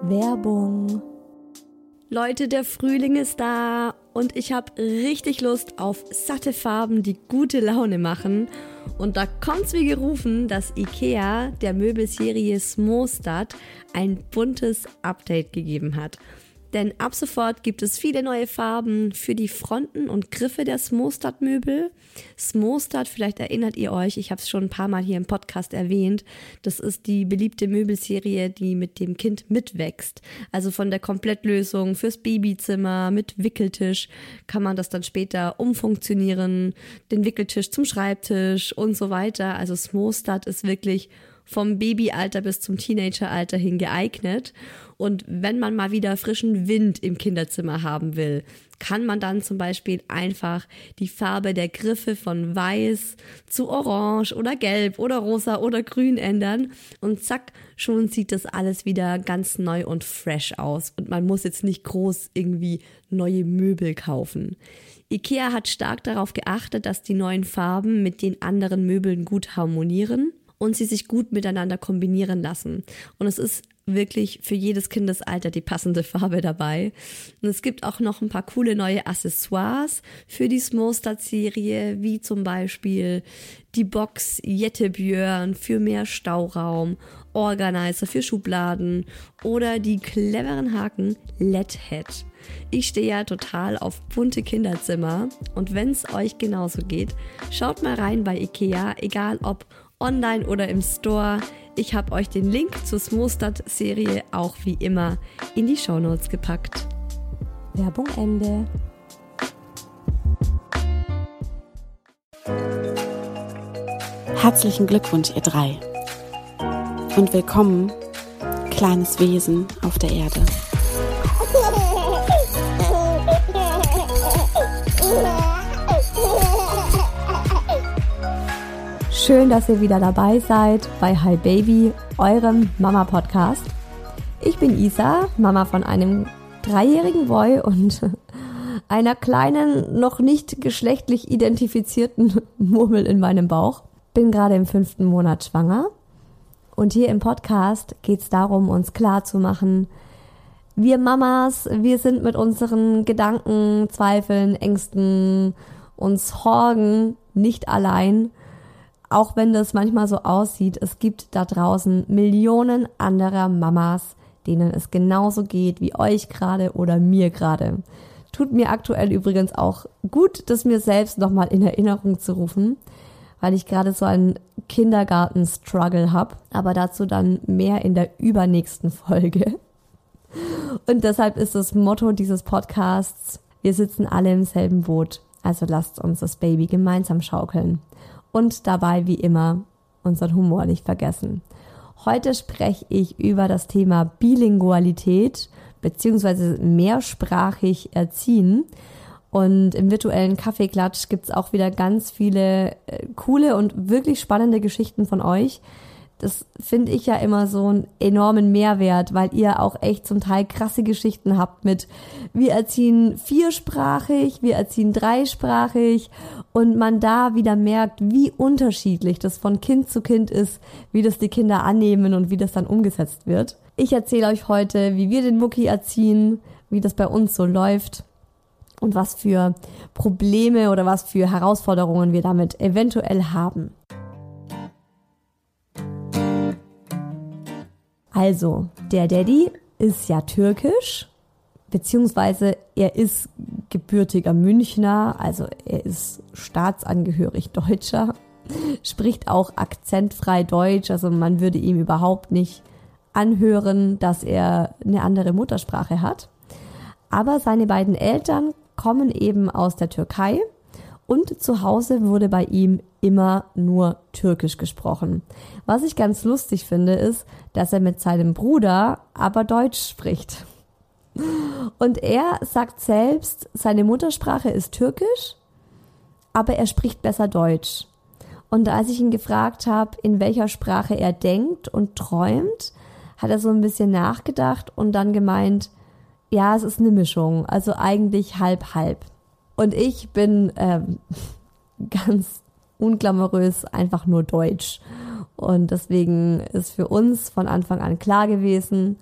Werbung. Leute, der Frühling ist da und ich habe richtig Lust auf satte Farben, die gute Laune machen. Und da kommt's wie gerufen, dass IKEA der Möbelserie Smostad ein buntes Update gegeben hat. Denn ab sofort gibt es viele neue Farben für die Fronten und Griffe der Smostad-Möbel. Smostad, vielleicht erinnert ihr euch, ich habe es schon ein paar Mal hier im Podcast erwähnt, das ist die beliebte Möbelserie, die mit dem Kind mitwächst. Also von der Komplettlösung fürs Babyzimmer mit Wickeltisch kann man das dann später umfunktionieren, den Wickeltisch zum Schreibtisch und so weiter. Also Smostad ist wirklich vom Babyalter bis zum Teenageralter hin geeignet. Und wenn man mal wieder frischen Wind im Kinderzimmer haben will, kann man dann zum Beispiel einfach die Farbe der Griffe von weiß zu orange oder gelb oder rosa oder grün ändern. Und zack, schon sieht das alles wieder ganz neu und fresh aus. Und man muss jetzt nicht groß irgendwie neue Möbel kaufen. IKEA hat stark darauf geachtet, dass die neuen Farben mit den anderen Möbeln gut harmonieren und sie sich gut miteinander kombinieren lassen. Und es ist wirklich für jedes Kindesalter die passende Farbe dabei. Und es gibt auch noch ein paar coole neue Accessoires für die Smostad-Serie, wie zum Beispiel die Box Jettebjörn für mehr Stauraum, Organizer für Schubladen oder die cleveren Haken LED-Head. Ich stehe ja total auf bunte Kinderzimmer und wenn es euch genauso geht, schaut mal rein bei IKEA, egal ob online oder im Store. Ich habe euch den Link zur Smostad-Serie auch wie immer in die Shownotes gepackt. Werbung Ende. Herzlichen Glückwunsch, ihr drei. Und willkommen, kleines Wesen auf der Erde. Schön, dass ihr wieder dabei seid bei Hi Baby, eurem Mama-Podcast. Ich bin Isa, Mama von einem 3-jährigen Boy und einer kleinen, noch nicht geschlechtlich identifizierten Murmel in meinem Bauch. Bin gerade im 5. Monat schwanger und hier im Podcast geht es darum, uns klarzumachen, wir Mamas, wir sind mit unseren Gedanken, Zweifeln, Ängsten, uns Sorgen nicht allein. Auch wenn das manchmal so aussieht, es gibt da draußen Millionen anderer Mamas, denen es genauso geht wie euch gerade oder mir gerade. Tut mir aktuell übrigens auch gut, das mir selbst nochmal in Erinnerung zu rufen, weil ich gerade so einen Kindergarten-Struggle habe, aber dazu dann mehr in der übernächsten Folge. Und deshalb ist das Motto dieses Podcasts, wir sitzen alle im selben Boot, also lasst uns das Baby gemeinsam schaukeln. Und dabei, wie immer, unseren Humor nicht vergessen. Heute spreche ich über das Thema Bilingualität bzw. mehrsprachig erziehen. Und im virtuellen Kaffeeklatsch gibt es auch wieder ganz viele coole und wirklich spannende Geschichten von euch. Das finde ich ja immer so einen enormen Mehrwert, weil ihr auch echt zum Teil krasse Geschichten habt mit wir erziehen 4-sprachig, wir erziehen 3-sprachig und man da wieder merkt, wie unterschiedlich das von Kind zu Kind ist, wie das die Kinder annehmen und wie das dann umgesetzt wird. Ich erzähle euch heute, wie wir den Mucki erziehen, wie das bei uns so läuft und was für Probleme oder was für Herausforderungen wir damit eventuell haben. Also, der Daddy ist ja türkisch, beziehungsweise er ist gebürtiger Münchner, also er ist staatsangehörig Deutscher, spricht auch akzentfrei Deutsch, also man würde ihm überhaupt nicht anhören, dass er eine andere Muttersprache hat. Aber seine beiden Eltern kommen eben aus der Türkei und zu Hause wurde bei ihm immer nur Türkisch gesprochen. Was ich ganz lustig finde, ist, dass er mit seinem Bruder aber Deutsch spricht. Und er sagt selbst, seine Muttersprache ist Türkisch, aber er spricht besser Deutsch. Und als ich ihn gefragt habe, in welcher Sprache er denkt und träumt, hat er so ein bisschen nachgedacht und dann gemeint, ja, es ist eine Mischung, also eigentlich halb-halb. Und ich bin ganz unglamourös einfach nur Deutsch. Und deswegen ist für uns von Anfang an klar gewesen,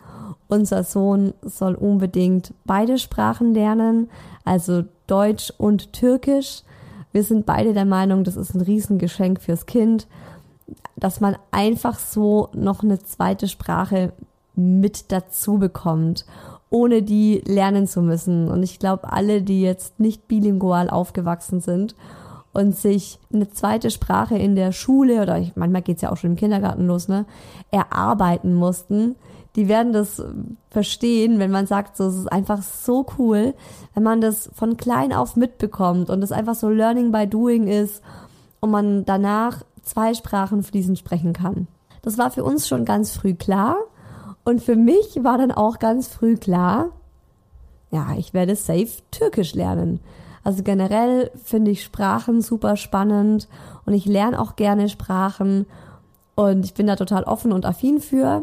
unser Sohn soll unbedingt beide Sprachen lernen, also Deutsch und Türkisch. Wir sind beide der Meinung, das ist ein Riesengeschenk fürs Kind, dass man einfach so noch eine zweite Sprache mit dazu bekommt, ohne die lernen zu müssen. Und ich glaube, alle, die jetzt nicht bilingual aufgewachsen sind und sich eine zweite Sprache in der Schule oder manchmal geht's ja auch schon im Kindergarten los, erarbeiten mussten, die werden das verstehen, wenn man sagt, so, es ist einfach so cool, wenn man das von klein auf mitbekommt und es einfach so Learning by Doing ist und man danach 2 Sprachen fließend sprechen kann. Das war für uns schon ganz früh klar und für mich war dann auch ganz früh klar, ja, ich werde safe Türkisch lernen. Also generell finde ich Sprachen super spannend und ich lerne auch gerne Sprachen und ich bin da total offen und affin für.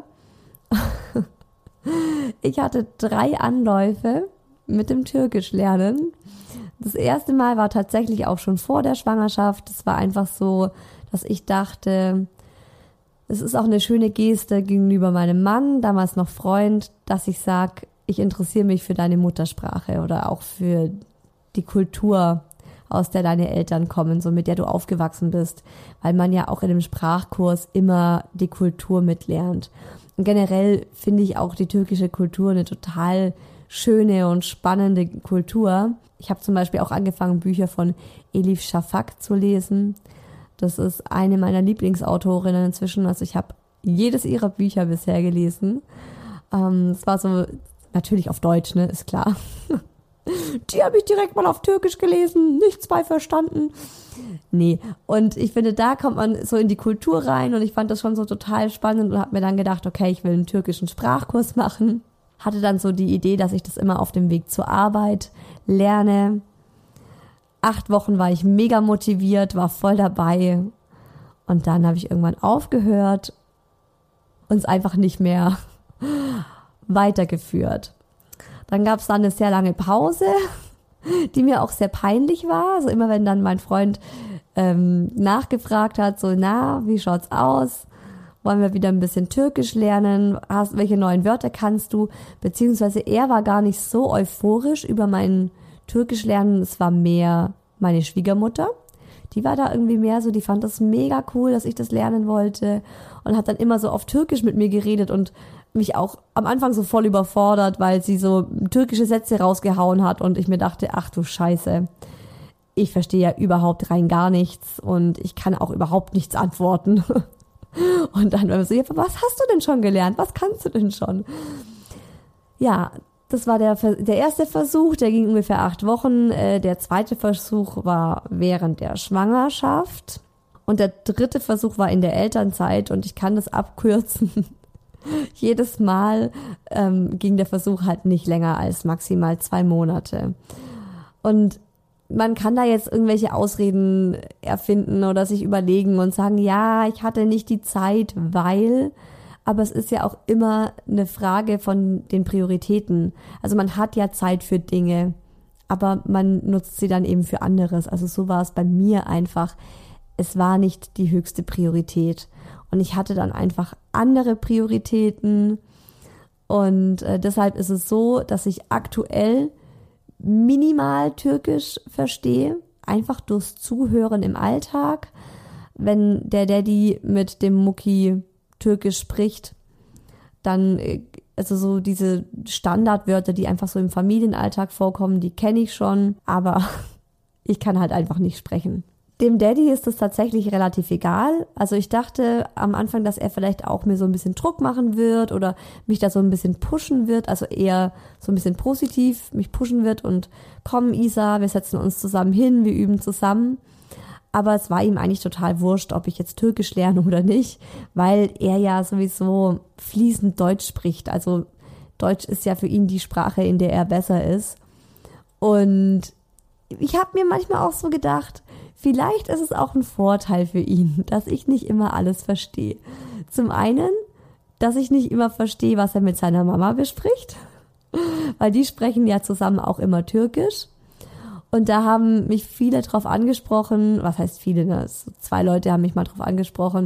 Ich hatte 3 Anläufe mit dem Türkisch lernen. Das erste Mal war tatsächlich auch schon vor der Schwangerschaft. Es war einfach so, dass ich dachte, es ist auch eine schöne Geste gegenüber meinem Mann, damals noch Freund, dass ich sage, ich interessiere mich für deine Muttersprache oder auch für die Kultur, aus der deine Eltern kommen, so mit der du aufgewachsen bist, weil man ja auch in dem Sprachkurs immer die Kultur mitlernt. Und generell finde ich auch die türkische Kultur eine total schöne und spannende Kultur. Ich habe zum Beispiel auch angefangen, Bücher von Elif Shafak zu lesen. Das ist eine meiner Lieblingsautorinnen inzwischen. Also ich habe jedes ihrer Bücher bisher gelesen. Es war so, natürlich auf Deutsch, ist klar. Die habe ich direkt mal auf Türkisch gelesen, nichts bei verstanden. Nee, und ich finde, da kommt man so in die Kultur rein und ich fand das schon so total spannend und habe mir dann gedacht, okay, ich will einen türkischen Sprachkurs machen. Hatte dann so die Idee, dass ich das immer auf dem Weg zur Arbeit lerne. 8 Wochen war ich mega motiviert, war voll dabei und dann habe ich irgendwann aufgehört und es einfach nicht mehr weitergeführt. Dann gab es dann eine sehr lange Pause, die mir auch sehr peinlich war. Also immer wenn dann mein Freund nachgefragt hat, so, na, wie schaut's aus? Wollen wir wieder ein bisschen Türkisch lernen? Welche neuen Wörter kannst du? Beziehungsweise er war gar nicht so euphorisch über mein Türkisch lernen. Es war mehr meine Schwiegermutter. Die war da irgendwie mehr so, die fand das mega cool, dass ich das lernen wollte und hat dann immer so auf Türkisch mit mir geredet und mich auch am Anfang so voll überfordert, weil sie so türkische Sätze rausgehauen hat und ich mir dachte, ach du Scheiße, ich verstehe ja überhaupt rein gar nichts und ich kann auch überhaupt nichts antworten. Und dann war so, ja, was hast du denn schon gelernt? Was kannst du denn schon? Ja, das war der erste Versuch, der ging ungefähr 8 Wochen. Der zweite Versuch war während der Schwangerschaft und der 3. Versuch war in der Elternzeit und ich kann das abkürzen. Jedes Mal ging der Versuch halt nicht länger als maximal 2 Monate. Und man kann da jetzt irgendwelche Ausreden erfinden oder sich überlegen und sagen, ja, ich hatte nicht die Zeit, weil, aber es ist ja auch immer eine Frage von den Prioritäten. Also man hat ja Zeit für Dinge, aber man nutzt sie dann eben für anderes. Also so war es bei mir einfach. Es war nicht die höchste Priorität. Und ich hatte dann einfach andere Prioritäten. Und deshalb ist es so, dass ich aktuell minimal Türkisch verstehe, einfach durchs Zuhören im Alltag. Wenn der Daddy mit dem Mucki Türkisch spricht, dann, also so diese Standardwörter, die einfach so im Familienalltag vorkommen, die kenne ich schon, aber ich kann halt einfach nicht sprechen. Dem Daddy ist das tatsächlich relativ egal. Also ich dachte am Anfang, dass er vielleicht auch mir so ein bisschen Druck machen wird oder mich da so ein bisschen pushen wird, also eher so ein bisschen positiv mich pushen wird und komm Isa, wir setzen uns zusammen hin, wir üben zusammen. Aber es war ihm eigentlich total wurscht, ob ich jetzt Türkisch lerne oder nicht, weil er ja sowieso fließend Deutsch spricht. Also Deutsch ist ja für ihn die Sprache, in der er besser ist. Und ich habe mir manchmal auch so gedacht, vielleicht ist es auch ein Vorteil für ihn, dass ich nicht immer alles verstehe. Zum einen, dass ich nicht immer verstehe, was er mit seiner Mama bespricht, weil die sprechen ja zusammen auch immer Türkisch. Und da haben mich viele drauf angesprochen, was heißt viele, 2 Leute haben mich mal drauf angesprochen,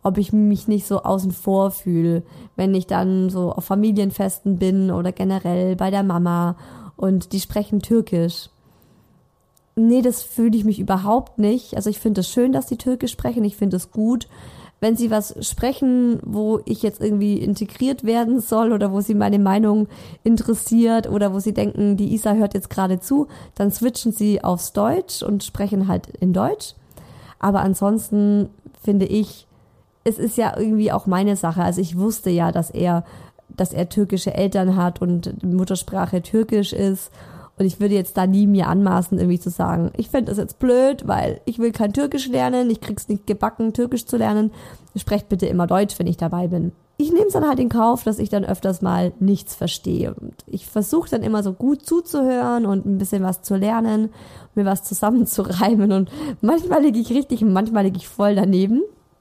ob ich mich nicht so außen vor fühle, wenn ich dann so auf Familienfesten bin oder generell bei der Mama und die sprechen Türkisch. Nee, das fühle ich mich überhaupt nicht. Also ich finde es schön, dass die Türkisch sprechen. Ich finde es gut, wenn sie was sprechen, wo ich jetzt irgendwie integriert werden soll oder wo sie meine Meinung interessiert oder wo sie denken, die Isa hört jetzt gerade zu, dann switchen sie aufs Deutsch und sprechen halt in Deutsch. Aber ansonsten finde ich, es ist ja irgendwie auch meine Sache. Also ich wusste ja, dass er türkische Eltern hat und Muttersprache Türkisch ist. Und ich würde jetzt da nie mir anmaßen, irgendwie zu sagen, ich fände das jetzt blöd, weil ich will kein Türkisch lernen, ich krieg's nicht gebacken, Türkisch zu lernen. Sprecht bitte immer Deutsch, wenn ich dabei bin. Ich nehme es dann halt in Kauf, dass ich dann öfters mal nichts verstehe. Und ich versuche dann immer so gut zuzuhören und ein bisschen was zu lernen, mir was zusammenzureimen. Und manchmal liege ich richtig und manchmal liege ich voll daneben.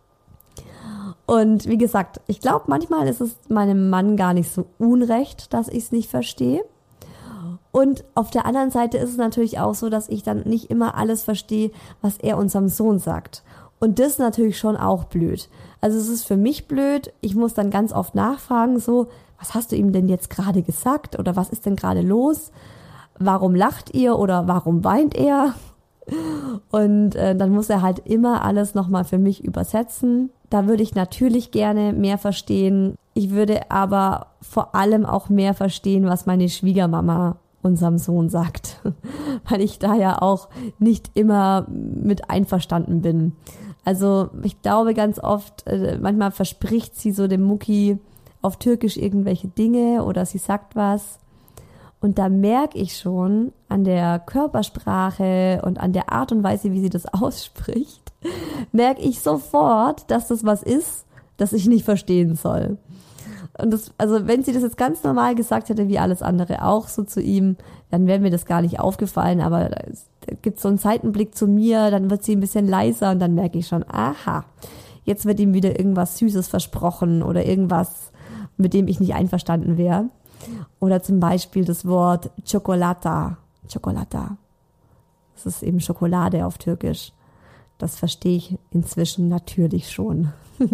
Und wie gesagt, ich glaube, manchmal ist es meinem Mann gar nicht so unrecht, dass ich es nicht verstehe. Und auf der anderen Seite ist es natürlich auch so, dass ich dann nicht immer alles verstehe, was er unserem Sohn sagt. Und das ist natürlich schon auch blöd. Also es ist für mich blöd. Ich muss dann ganz oft nachfragen, so, was hast du ihm denn jetzt gerade gesagt? Oder was ist denn gerade los? Warum lacht ihr oder warum weint er? Und dann muss er halt immer alles nochmal für mich übersetzen. Da würde ich natürlich gerne mehr verstehen. Ich würde aber vor allem auch mehr verstehen, was meine Schwiegermama unserem Sohn sagt, weil ich da ja auch nicht immer mit einverstanden bin. Also ich glaube ganz oft, manchmal verspricht sie so dem Mucki auf Türkisch irgendwelche Dinge oder sie sagt was und da merke ich schon an der Körpersprache und an der Art und Weise, wie sie das ausspricht, merke ich sofort, dass das was ist, das ich nicht verstehen soll. Und das, also wenn sie das jetzt ganz normal gesagt hätte, wie alles andere auch so zu ihm, dann wäre mir das gar nicht aufgefallen, aber da gibt so einen Seitenblick zu mir, dann wird sie ein bisschen leiser und dann merke ich schon, aha, jetzt wird ihm wieder irgendwas Süßes versprochen oder irgendwas, mit dem ich nicht einverstanden wäre. Oder zum Beispiel das Wort Çokolata. Das ist eben Schokolade auf Türkisch. Das verstehe ich inzwischen natürlich schon.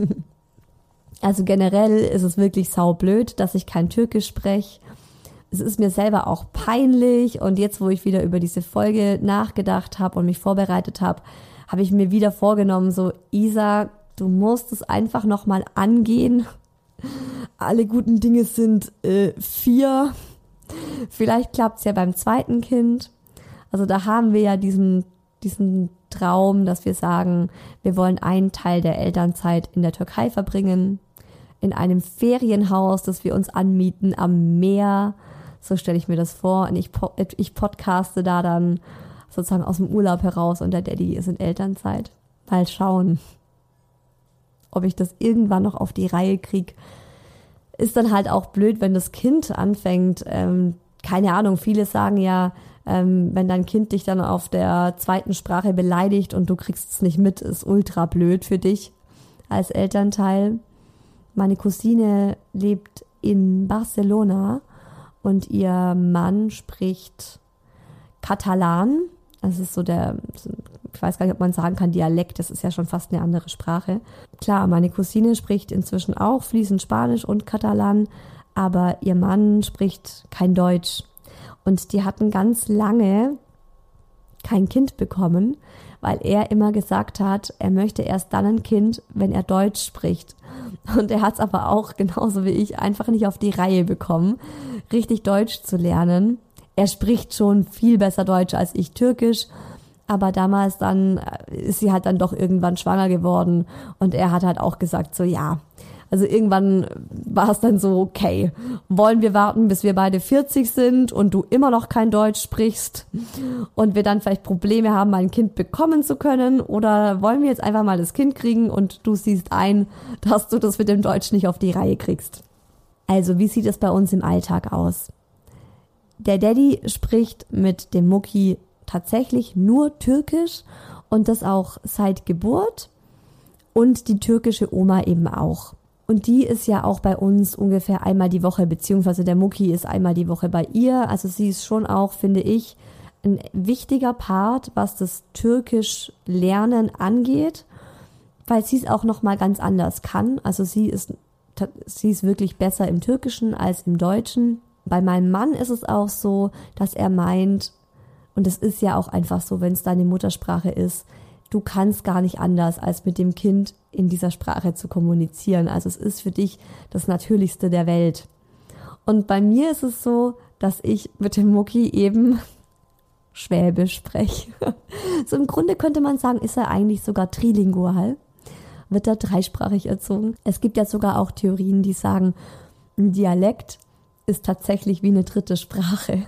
Also generell ist es wirklich saublöd, dass ich kein Türkisch spreche. Es ist mir selber auch peinlich und jetzt, wo ich wieder über diese Folge nachgedacht habe und mich vorbereitet habe, habe ich mir wieder vorgenommen, so Isa, du musst es einfach nochmal angehen. Alle guten Dinge sind 4. Vielleicht klappt es ja beim zweiten Kind. Also da haben wir ja diesen Traum, dass wir sagen, wir wollen einen Teil der Elternzeit in der Türkei verbringen, in einem Ferienhaus, das wir uns anmieten am Meer. So stelle ich mir das vor. Und ich podcaste da dann sozusagen aus dem Urlaub heraus und der Daddy ist in Elternzeit. Mal schauen, ob ich das irgendwann noch auf die Reihe kriege. Ist dann halt auch blöd, wenn das Kind anfängt. Keine Ahnung, viele sagen ja, wenn dein Kind dich dann auf der zweiten Sprache beleidigt und du kriegst es nicht mit, ist ultra blöd für dich als Elternteil. Meine Cousine lebt in Barcelona und ihr Mann spricht Katalan. Das ist so ich weiß gar nicht, ob man sagen kann, Dialekt, das ist ja schon fast eine andere Sprache. Klar, meine Cousine spricht inzwischen auch fließend Spanisch und Katalan, aber ihr Mann spricht kein Deutsch. Und die hatten ganz lange kein Kind bekommen, weil er immer gesagt hat, er möchte erst dann ein Kind, wenn er Deutsch spricht. Und er hat es aber auch, genauso wie ich, einfach nicht auf die Reihe bekommen, richtig Deutsch zu lernen. Er spricht schon viel besser Deutsch als ich Türkisch, aber damals dann ist sie halt dann doch irgendwann schwanger geworden und er hat halt auch gesagt so, ja, also irgendwann war es dann so, okay, wollen wir warten, bis wir beide 40 sind und du immer noch kein Deutsch sprichst und wir dann vielleicht Probleme haben, ein Kind bekommen zu können, oder wollen wir jetzt einfach mal das Kind kriegen und du siehst ein, dass du das mit dem Deutsch nicht auf die Reihe kriegst. Also wie sieht es bei uns im Alltag aus? Der Daddy spricht mit dem Mucki tatsächlich nur Türkisch und das auch seit Geburt und die türkische Oma eben auch. Und die ist ja auch bei uns ungefähr einmal die Woche, beziehungsweise der Mucki ist einmal die Woche bei ihr. Also sie ist schon auch, finde ich, ein wichtiger Part, was das Türkisch Lernen angeht. weil sie es auch nochmal ganz anders kann. Also sie ist wirklich besser im Türkischen als im Deutschen. Bei meinem Mann ist es auch so, dass er meint, und es ist ja auch einfach so, wenn es deine Muttersprache ist, du kannst gar nicht anders, als mit dem Kind in dieser Sprache zu kommunizieren. Also es ist für dich das Natürlichste der Welt. Und bei mir ist es so, dass ich mit dem Mucki eben Schwäbisch spreche. So im Grunde könnte man sagen, ist er eigentlich sogar trilingual, wird er dreisprachig erzogen. Es gibt ja sogar auch Theorien, die sagen, ein Dialekt ist tatsächlich wie eine dritte Sprache.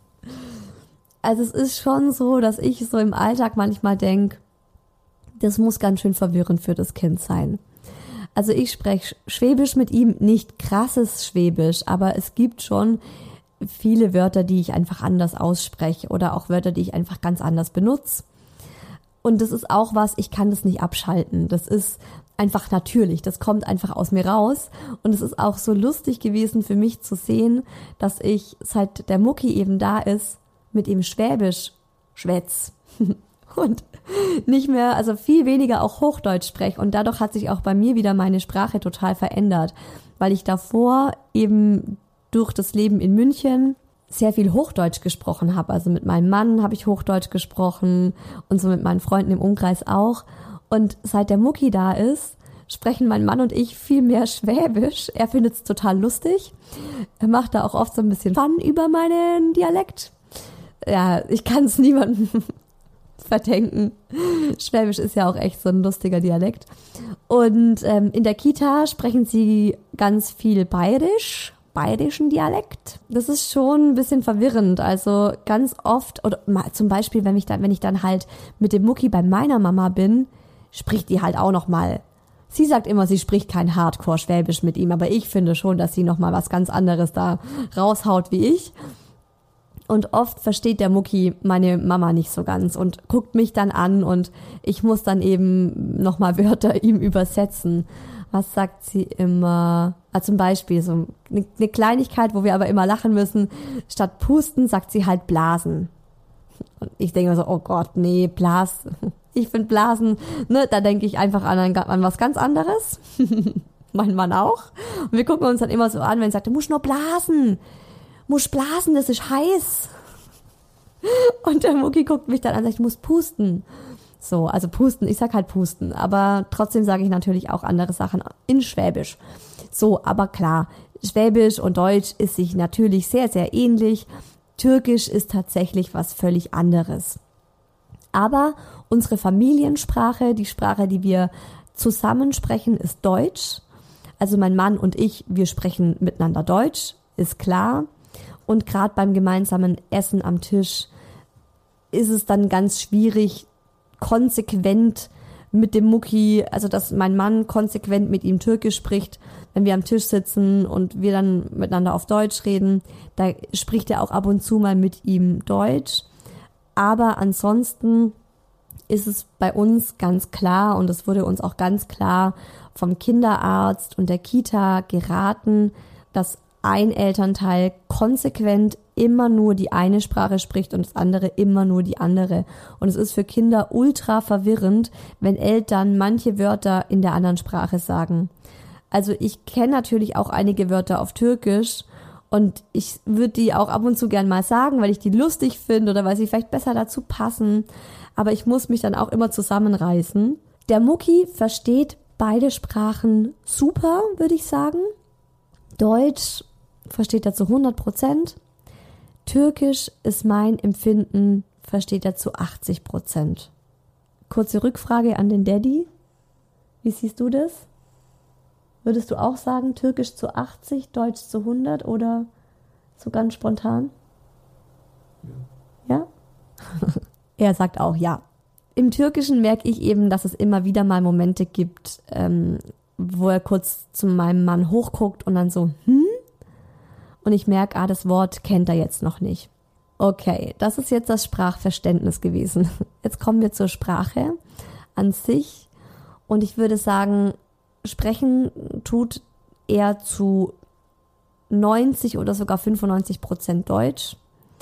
Also es ist schon so, dass ich so im Alltag manchmal denke, das muss ganz schön verwirrend für das Kind sein. Also ich spreche Schwäbisch mit ihm, nicht krasses Schwäbisch, aber es gibt schon viele Wörter, die ich einfach anders ausspreche oder auch Wörter, die ich einfach ganz anders benutze. Und das ist auch was, ich kann das nicht abschalten. Das ist einfach natürlich, das kommt einfach aus mir raus. Und es ist auch so lustig gewesen für mich zu sehen, dass ich, seit der Mucki eben da ist, mit ihm Schwäbisch schwätz. Und nicht mehr, also viel weniger auch Hochdeutsch spreche. Und dadurch hat sich auch bei mir wieder meine Sprache total verändert, weil ich davor eben durch das Leben in München sehr viel Hochdeutsch gesprochen habe. Also mit meinem Mann habe ich Hochdeutsch gesprochen und so mit meinen Freunden im Umkreis auch. Und seit der Mucki da ist, sprechen mein Mann und ich viel mehr Schwäbisch. Er findet es total lustig. Er macht da auch oft so ein bisschen Fun über meinen Dialekt. Ja, ich kann es niemandem verdenken. Schwäbisch ist ja auch echt so ein lustiger Dialekt. Und in der Kita sprechen sie ganz viel bayerischen Dialekt. Das ist schon ein bisschen verwirrend. Also ganz oft, oder mal zum Beispiel, wenn ich dann halt mit dem Mucki bei meiner Mama bin, spricht die halt auch noch mal. Sie sagt immer, sie spricht kein Hardcore-Schwäbisch mit ihm, aber ich finde schon, dass sie noch mal was ganz anderes da raushaut wie ich. Und oft versteht der Mucki meine Mama nicht so ganz und guckt mich dann an und ich muss dann eben nochmal Wörter ihm übersetzen. Was sagt sie immer? Zum Beispiel so eine Kleinigkeit, wo wir aber immer lachen müssen. Statt pusten sagt sie halt blasen. Und ich denke mir so, oh Gott, nee, ich finde Blasen, ne, da denke ich einfach an was ganz anderes. Mein Mann auch. Und wir gucken uns dann immer so an, wenn sie sagt, du musst nur blasen. Muss blasen, das ist heiß. Und der Mucki guckt mich dann an und sagt, ich muss pusten. So, also pusten, ich sag halt pusten, aber trotzdem sage ich natürlich auch andere Sachen in Schwäbisch. So, aber klar, Schwäbisch und Deutsch ist sich natürlich sehr, sehr ähnlich. Türkisch ist tatsächlich was völlig anderes. Aber unsere Familiensprache, die Sprache, die wir zusammen sprechen, ist Deutsch. Also mein Mann und ich, wir sprechen miteinander Deutsch, ist klar. Und gerade beim gemeinsamen Essen am Tisch ist es dann ganz schwierig, konsequent mit dem Mucki, also dass mein Mann konsequent mit ihm Türkisch spricht, wenn wir am Tisch sitzen und wir dann miteinander auf Deutsch reden, da spricht er auch ab und zu mal mit ihm Deutsch. Aber ansonsten ist es bei uns ganz klar und es wurde uns auch ganz klar vom Kinderarzt und der Kita geraten, dass ein Elternteil konsequent immer nur die eine Sprache spricht und das andere immer nur die andere. Und es ist für Kinder ultra verwirrend, wenn Eltern manche Wörter in der anderen Sprache sagen. Also ich kenne natürlich auch einige Wörter auf Türkisch und ich würde die auch ab und zu gern mal sagen, weil ich die lustig finde oder weil sie vielleicht besser dazu passen. Aber ich muss mich dann auch immer zusammenreißen. Der Mucki versteht beide Sprachen super, würde ich sagen. Deutsch versteht er zu 100%. Türkisch ist mein Empfinden, versteht er zu 80%. Kurze Rückfrage an den Daddy. Wie siehst du das? Würdest du auch sagen, Türkisch zu 80, Deutsch zu 100 oder so ganz spontan? Ja? Ja? Er sagt auch ja. Im Türkischen merke ich eben, dass es immer wieder mal Momente gibt, wo er kurz zu meinem Mann hochguckt und dann so, Und ich merke, das Wort kennt er jetzt noch nicht. Okay, das ist jetzt das Sprachverständnis gewesen. Jetzt kommen wir zur Sprache an sich. Und ich würde sagen, sprechen tut er zu 90 oder sogar 95% Deutsch.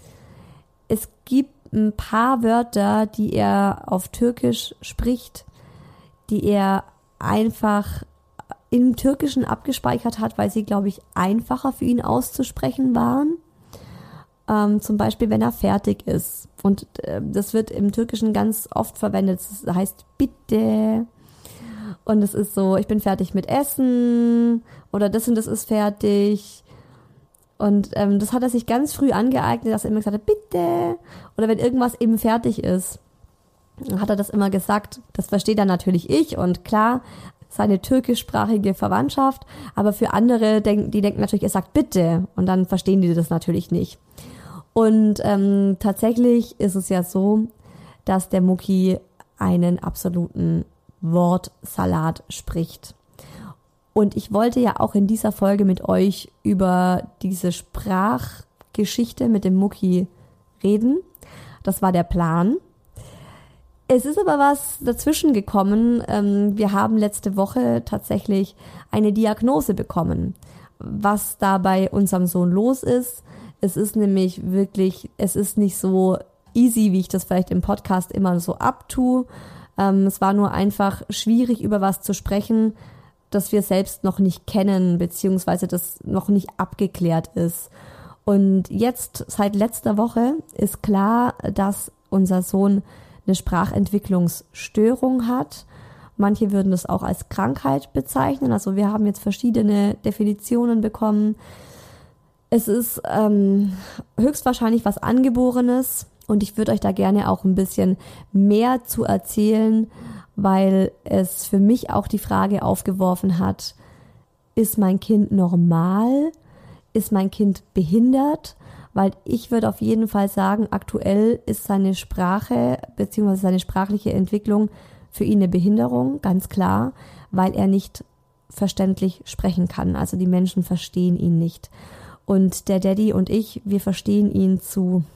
Es gibt ein paar Wörter, die er auf Türkisch spricht, die er einfach im Türkischen abgespeichert hat, weil sie, glaube ich, einfacher für ihn auszusprechen waren. Zum Beispiel, wenn er fertig ist. Und das wird im Türkischen ganz oft verwendet. Das heißt bitte. Und es ist so, ich bin fertig mit Essen oder das und das ist fertig. Und das hat er sich ganz früh angeeignet, dass er immer gesagt hat, bitte. Oder wenn irgendwas eben fertig ist, hat er das immer gesagt. Das versteht dann natürlich ich und klar, seine türkischsprachige Verwandtschaft. Aber für andere, die denken natürlich, er sagt bitte. Und dann verstehen die das natürlich nicht. Und tatsächlich ist es ja so, dass der Mucki einen absoluten Wortsalat spricht. Und ich wollte ja auch in dieser Folge mit euch über diese Sprachgeschichte mit dem Mucki reden. Das war der Plan. Es ist aber was dazwischen gekommen. Wir haben letzte Woche tatsächlich eine Diagnose bekommen, was da bei unserem Sohn los ist. Es ist nämlich wirklich, es ist nicht so easy, wie ich das vielleicht im Podcast immer so abtue. Es war nur einfach schwierig, über was zu sprechen, das wir selbst noch nicht kennen, beziehungsweise das noch nicht abgeklärt ist. Und jetzt, seit letzter Woche, ist klar, dass unser Sohn eine Sprachentwicklungsstörung hat. Manche würden das auch als Krankheit bezeichnen. Also wir haben jetzt verschiedene Definitionen bekommen. Es ist höchstwahrscheinlich was Angeborenes und ich würde euch da gerne auch ein bisschen mehr zu erzählen, weil es für mich auch die Frage aufgeworfen hat, ist mein Kind normal? Ist mein Kind behindert? Weil ich würde auf jeden Fall sagen, aktuell ist seine Sprache bzw. seine sprachliche Entwicklung für ihn eine Behinderung, ganz klar, weil er nicht verständlich sprechen kann. Also die Menschen verstehen ihn nicht. Und der Daddy und ich, wir verstehen ihn zu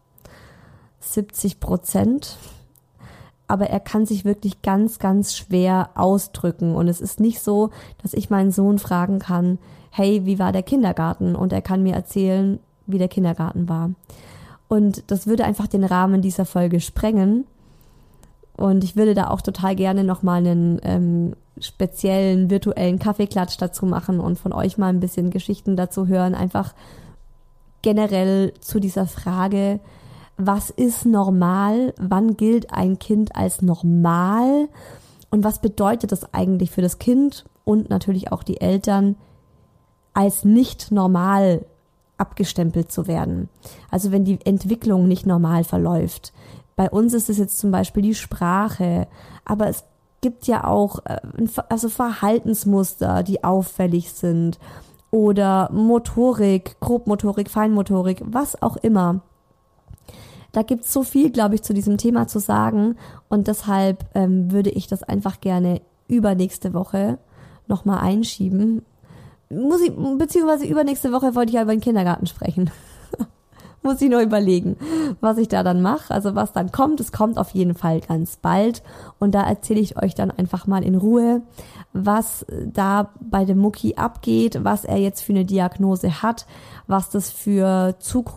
70%. Aber er kann sich wirklich ganz, ganz schwer ausdrücken. Und es ist nicht so, dass ich meinen Sohn fragen kann, hey, wie war der Kindergarten? Und er kann mir erzählen, wie der Kindergarten war. Und das würde einfach den Rahmen dieser Folge sprengen. Und ich würde da auch total gerne nochmal einen speziellen virtuellen Kaffeeklatsch dazu machen und von euch mal ein bisschen Geschichten dazu hören. Einfach generell zu dieser Frage, was ist normal? Wann gilt ein Kind als normal? Und was bedeutet das eigentlich für das Kind und natürlich auch die Eltern, als nicht normal abgestempelt zu werden? Also wenn die Entwicklung nicht normal verläuft. Bei uns ist es jetzt zum Beispiel die Sprache, aber es gibt ja auch also Verhaltensmuster, die auffällig sind oder Motorik, Grobmotorik, Feinmotorik, was auch immer. Da gibt's so viel, glaube ich, zu diesem Thema zu sagen und deshalb würde ich das einfach gerne übernächste Woche nochmal einschieben. Beziehungsweise übernächste Woche wollte ich ja über den Kindergarten sprechen. Muss ich nur überlegen, was ich da dann mache, also was dann kommt. Es kommt auf jeden Fall ganz bald und da erzähle ich euch dann einfach mal in Ruhe, was da bei dem Mucki abgeht, was er jetzt für eine Diagnose hat, was das für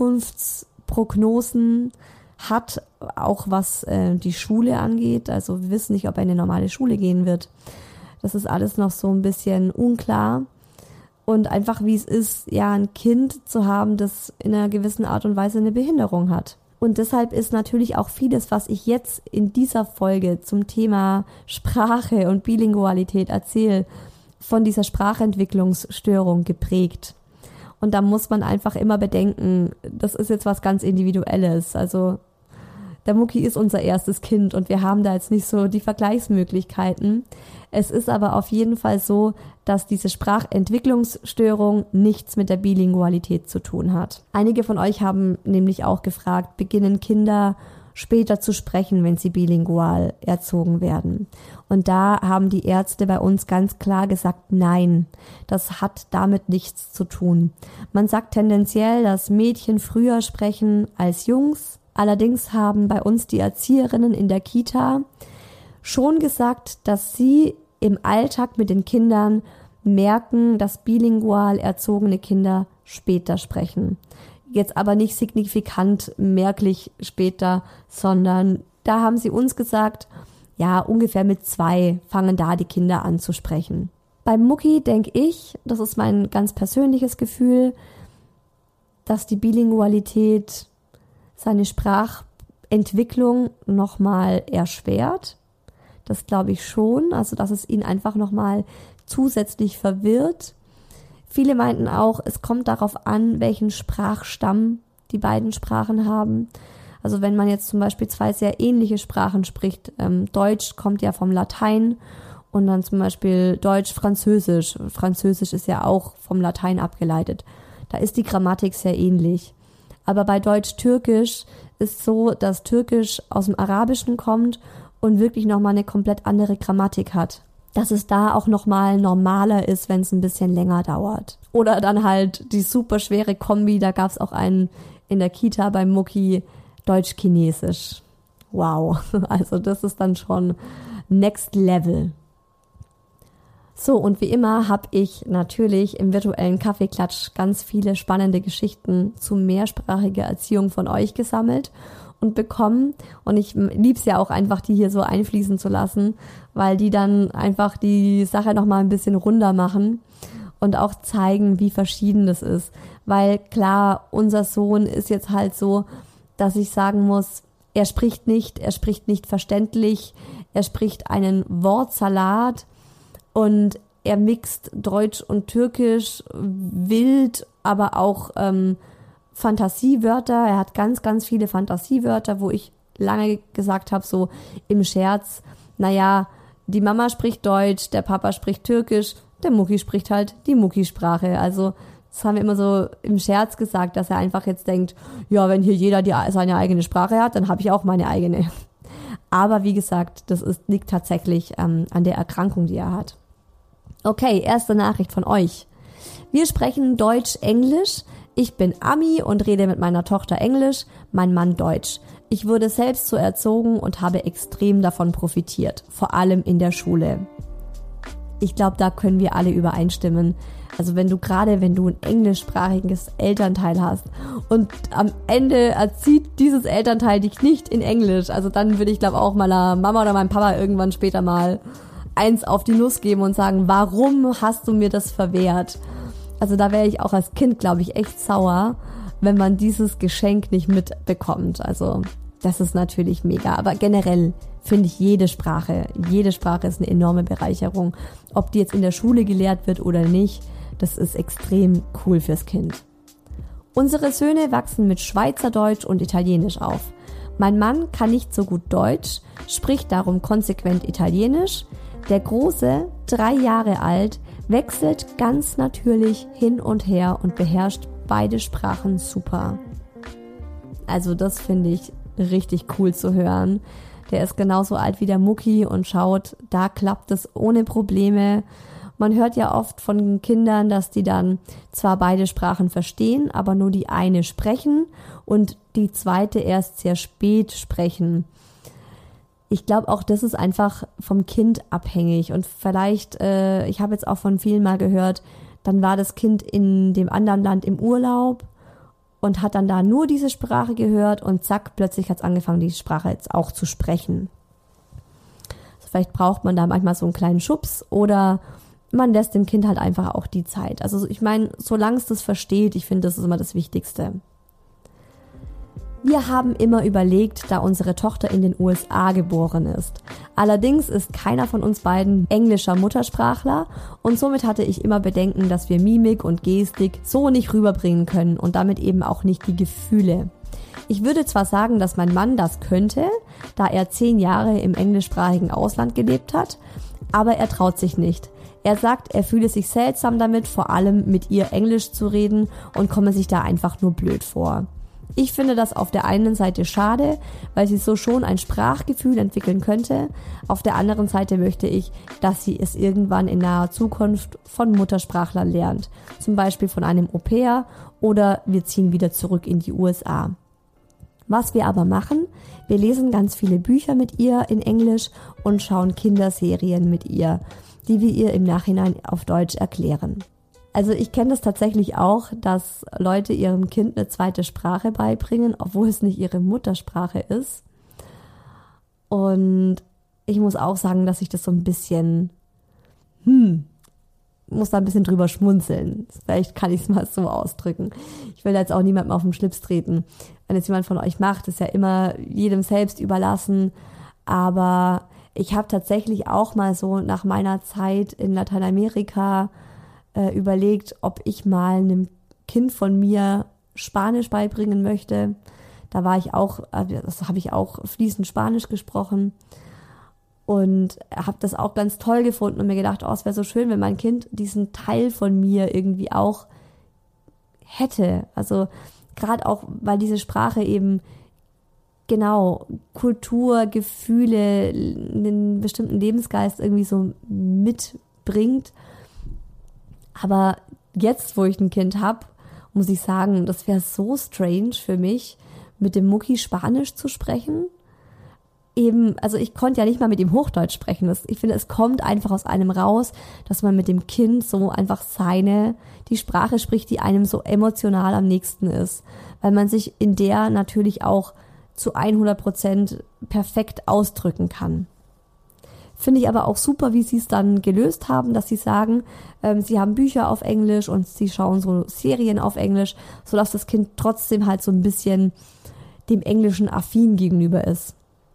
Zukunftsprognosen hat, auch was die Schule angeht. Also wir wissen nicht, ob er in eine normale Schule gehen wird. Das ist alles noch so ein bisschen unklar. Und einfach wie es ist, ja, ein Kind zu haben, das in einer gewissen Art und Weise eine Behinderung hat. Und deshalb ist natürlich auch vieles, was ich jetzt in dieser Folge zum Thema Sprache und Bilingualität erzähle, von dieser Sprachentwicklungsstörung geprägt. Und da muss man einfach immer bedenken, das ist jetzt was ganz Individuelles. Also der Mucki ist unser erstes Kind und wir haben da jetzt nicht so die Vergleichsmöglichkeiten. Es ist aber auf jeden Fall so, dass diese Sprachentwicklungsstörung nichts mit der Bilingualität zu tun hat. Einige von euch haben nämlich auch gefragt, beginnen Kinder später zu sprechen, wenn sie bilingual erzogen werden? Und da haben die Ärzte bei uns ganz klar gesagt, nein, das hat damit nichts zu tun. Man sagt tendenziell, dass Mädchen früher sprechen als Jungs. Allerdings haben bei uns die Erzieherinnen in der Kita schon gesagt, dass sie im Alltag mit den Kindern merken, dass bilingual erzogene Kinder später sprechen. Jetzt aber nicht signifikant merklich später, sondern da haben sie uns gesagt, ja, ungefähr mit 2 fangen da die Kinder an zu sprechen. Beim Mucki denke ich, das ist mein ganz persönliches Gefühl, dass die Bilingualität seine Sprachentwicklung nochmal erschwert. Das glaube ich schon, also dass es ihn einfach nochmal zusätzlich verwirrt. Viele meinten auch, es kommt darauf an, welchen Sprachstamm die beiden Sprachen haben. Also wenn man jetzt zum Beispiel 2 sehr ähnliche Sprachen spricht, Deutsch kommt ja vom Latein und dann zum Beispiel Deutsch, Französisch. Französisch ist ja auch vom Latein abgeleitet. Da ist die Grammatik sehr ähnlich. Aber bei Deutsch-Türkisch ist so, dass Türkisch aus dem Arabischen kommt und wirklich nochmal eine komplett andere Grammatik hat. Dass es da auch nochmal normaler ist, wenn es ein bisschen länger dauert. Oder dann halt die super schwere Kombi, da gab es auch einen in der Kita beim Mucki, Deutsch-Chinesisch. Wow, also das ist dann schon Next Level. So, und wie immer habe ich natürlich im virtuellen Kaffeeklatsch ganz viele spannende Geschichten zu mehrsprachiger Erziehung von euch gesammelt und bekommen. Und ich lieb's ja auch einfach, die hier so einfließen zu lassen, weil die dann einfach die Sache nochmal ein bisschen runder machen und auch zeigen, wie verschieden das ist. Weil klar, unser Sohn ist jetzt halt so, dass ich sagen muss, er spricht nicht verständlich, er spricht einen Wortsalat und er mixt Deutsch und Türkisch wild, aber auch Fantasiewörter. Er hat ganz, ganz viele Fantasiewörter, wo ich lange gesagt habe, so im Scherz, naja, die Mama spricht Deutsch, der Papa spricht Türkisch, der Mucki spricht halt die Mucki-Sprache. Also das haben wir immer so im Scherz gesagt, dass er einfach jetzt denkt, ja, wenn hier jeder seine eigene Sprache hat, dann habe ich auch meine eigene. Aber wie gesagt, liegt tatsächlich an der Erkrankung, die er hat. Okay, erste Nachricht von euch. Wir sprechen Deutsch-Englisch. Ich bin Ami und rede mit meiner Tochter Englisch, mein Mann Deutsch. Ich wurde selbst so erzogen und habe extrem davon profitiert, vor allem in der Schule. Ich glaube, da können wir alle übereinstimmen. Also wenn du ein englischsprachiges Elternteil hast und am Ende erzieht dieses Elternteil dich nicht in Englisch, also dann würde ich glaube auch meiner Mama oder meinem Papa irgendwann später mal eins auf die Nuss geben und sagen, warum hast du mir das verwehrt? Also da wäre ich auch als Kind, glaube ich, echt sauer, wenn man dieses Geschenk nicht mitbekommt. Also das ist natürlich mega. Aber generell finde ich jede Sprache ist eine enorme Bereicherung. Ob die jetzt in der Schule gelehrt wird oder nicht, das ist extrem cool fürs Kind. Unsere Söhne wachsen mit Schweizerdeutsch und Italienisch auf. Mein Mann kann nicht so gut Deutsch, spricht darum konsequent Italienisch. Der Große, 3 Jahre alt, wechselt ganz natürlich hin und her und beherrscht beide Sprachen super. Also das finde ich richtig cool zu hören. Der ist genauso alt wie der Mucki und schaut, da klappt es ohne Probleme. Man hört ja oft von Kindern, dass die dann zwar beide Sprachen verstehen, aber nur die eine sprechen und die zweite erst sehr spät sprechen. Ich glaube auch, das ist einfach vom Kind abhängig und vielleicht, ich habe jetzt auch von vielen mal gehört, dann war das Kind in dem anderen Land im Urlaub und hat dann da nur diese Sprache gehört und zack, plötzlich hat es angefangen, die Sprache jetzt auch zu sprechen. Also vielleicht braucht man da manchmal so einen kleinen Schubs oder man lässt dem Kind halt einfach auch die Zeit. Also ich meine, solange es das versteht, ich finde, das ist immer das Wichtigste. Wir haben immer überlegt, da unsere Tochter in den USA geboren ist. Allerdings ist keiner von uns beiden englischer Muttersprachler und somit hatte ich immer Bedenken, dass wir Mimik und Gestik so nicht rüberbringen können und damit eben auch nicht die Gefühle. Ich würde zwar sagen, dass mein Mann das könnte, da er 10 Jahre im englischsprachigen Ausland gelebt hat, aber er traut sich nicht. Er sagt, er fühle sich seltsam damit, vor allem mit ihr Englisch zu reden und komme sich da einfach nur blöd vor. Ich finde das auf der einen Seite schade, weil sie so schon ein Sprachgefühl entwickeln könnte. Auf der anderen Seite möchte ich, dass sie es irgendwann in naher Zukunft von Muttersprachlern lernt. Zum Beispiel von einem Au-pair oder wir ziehen wieder zurück in die USA. Was wir aber machen, wir lesen ganz viele Bücher mit ihr in Englisch und schauen Kinderserien mit ihr, die wir ihr im Nachhinein auf Deutsch erklären. Also ich kenne das tatsächlich auch, dass Leute ihrem Kind eine zweite Sprache beibringen, obwohl es nicht ihre Muttersprache ist. Und ich muss auch sagen, dass ich das so ein bisschen, muss da ein bisschen drüber schmunzeln. Vielleicht kann ich es mal so ausdrücken. Ich will jetzt auch niemandem auf den Schlips treten. Wenn es jemand von euch macht, ist ja immer jedem selbst überlassen. Aber ich habe tatsächlich auch mal so nach meiner Zeit in Lateinamerika überlegt, ob ich mal einem Kind von mir Spanisch beibringen möchte. Da habe ich auch fließend Spanisch gesprochen und habe das auch ganz toll gefunden und mir gedacht, es wäre so schön, wenn mein Kind diesen Teil von mir irgendwie auch hätte. Also gerade auch, weil diese Sprache eben genau Kultur, Gefühle, einen bestimmten Lebensgeist irgendwie so mitbringt. Aber jetzt, wo ich ein Kind habe, muss ich sagen, das wäre so strange für mich, mit dem Mucki Spanisch zu sprechen. Eben, also ich konnte ja nicht mal mit ihm Hochdeutsch sprechen. Ich finde, es kommt einfach aus einem raus, dass man mit dem Kind so einfach die Sprache spricht, die einem so emotional am nächsten ist. Weil man sich in der natürlich auch zu 100% perfekt ausdrücken kann. Finde ich aber auch super, wie sie es dann gelöst haben, dass sie sagen, sie haben Bücher auf Englisch und sie schauen so Serien auf Englisch, sodass das Kind trotzdem halt so ein bisschen dem Englischen affin gegenüber ist.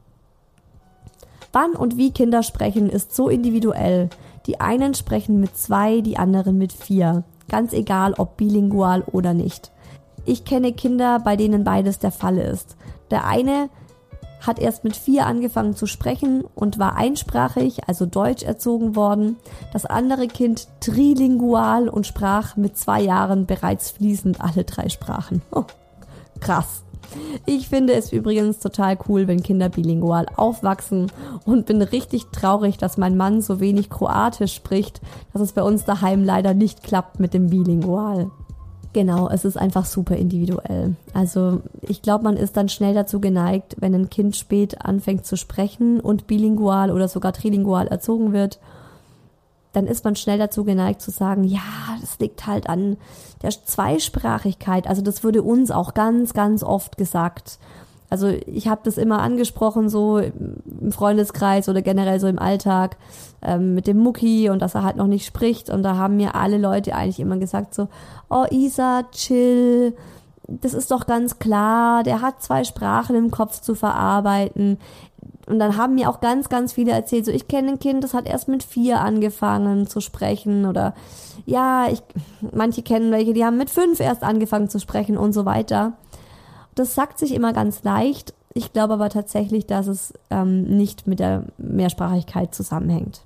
Wann und wie Kinder sprechen, ist so individuell. Die einen sprechen mit 2, die anderen mit 4. Ganz egal, ob bilingual oder nicht. Ich kenne Kinder, bei denen beides der Fall ist. Der eine hat erst mit 4 angefangen zu sprechen und war einsprachig, also deutsch erzogen worden. Das andere Kind trilingual und sprach mit 2 Jahren bereits fließend alle 3 Sprachen. Oh, krass. Ich finde es übrigens total cool, wenn Kinder bilingual aufwachsen und bin richtig traurig, dass mein Mann so wenig Kroatisch spricht, dass es bei uns daheim leider nicht klappt mit dem Bilingual. Genau, es ist einfach super individuell. Also ich glaube, man ist dann schnell dazu geneigt, wenn ein Kind spät anfängt zu sprechen und bilingual oder sogar trilingual erzogen wird, dann ist man schnell dazu geneigt zu sagen, ja, das liegt halt an der Zweisprachigkeit. Also das wurde uns auch ganz, ganz oft gesagt. Also ich habe das immer angesprochen, so im Freundeskreis oder generell so im Alltag mit dem Mucki und dass er halt noch nicht spricht. Und da haben mir alle Leute eigentlich immer gesagt so, oh Isa, chill, das ist doch ganz klar, der hat 2 Sprachen im Kopf zu verarbeiten. Und dann haben mir auch ganz, ganz viele erzählt, so ich kenne ein Kind, das hat erst mit 4 angefangen zu sprechen oder ja, manche kennen welche, die haben mit 5 erst angefangen zu sprechen und so weiter. Das sagt sich immer ganz leicht. Ich glaube aber tatsächlich, dass es nicht mit der Mehrsprachigkeit zusammenhängt.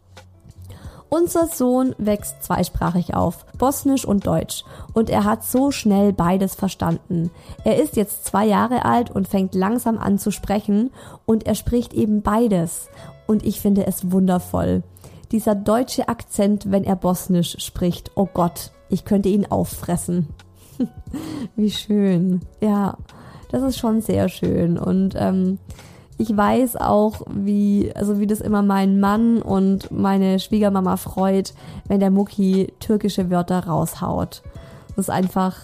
Unser Sohn wächst zweisprachig auf, Bosnisch und Deutsch. Und er hat so schnell beides verstanden. Er ist jetzt 2 Jahre alt und fängt langsam an zu sprechen. Und er spricht eben beides. Und ich finde es wundervoll. Dieser deutsche Akzent, wenn er Bosnisch spricht. Oh Gott, ich könnte ihn auffressen. Wie schön. Ja, das ist schon sehr schön. Und ich weiß auch, wie das immer meinen Mann und meine Schwiegermama freut, wenn der Mucki türkische Wörter raushaut. Das ist einfach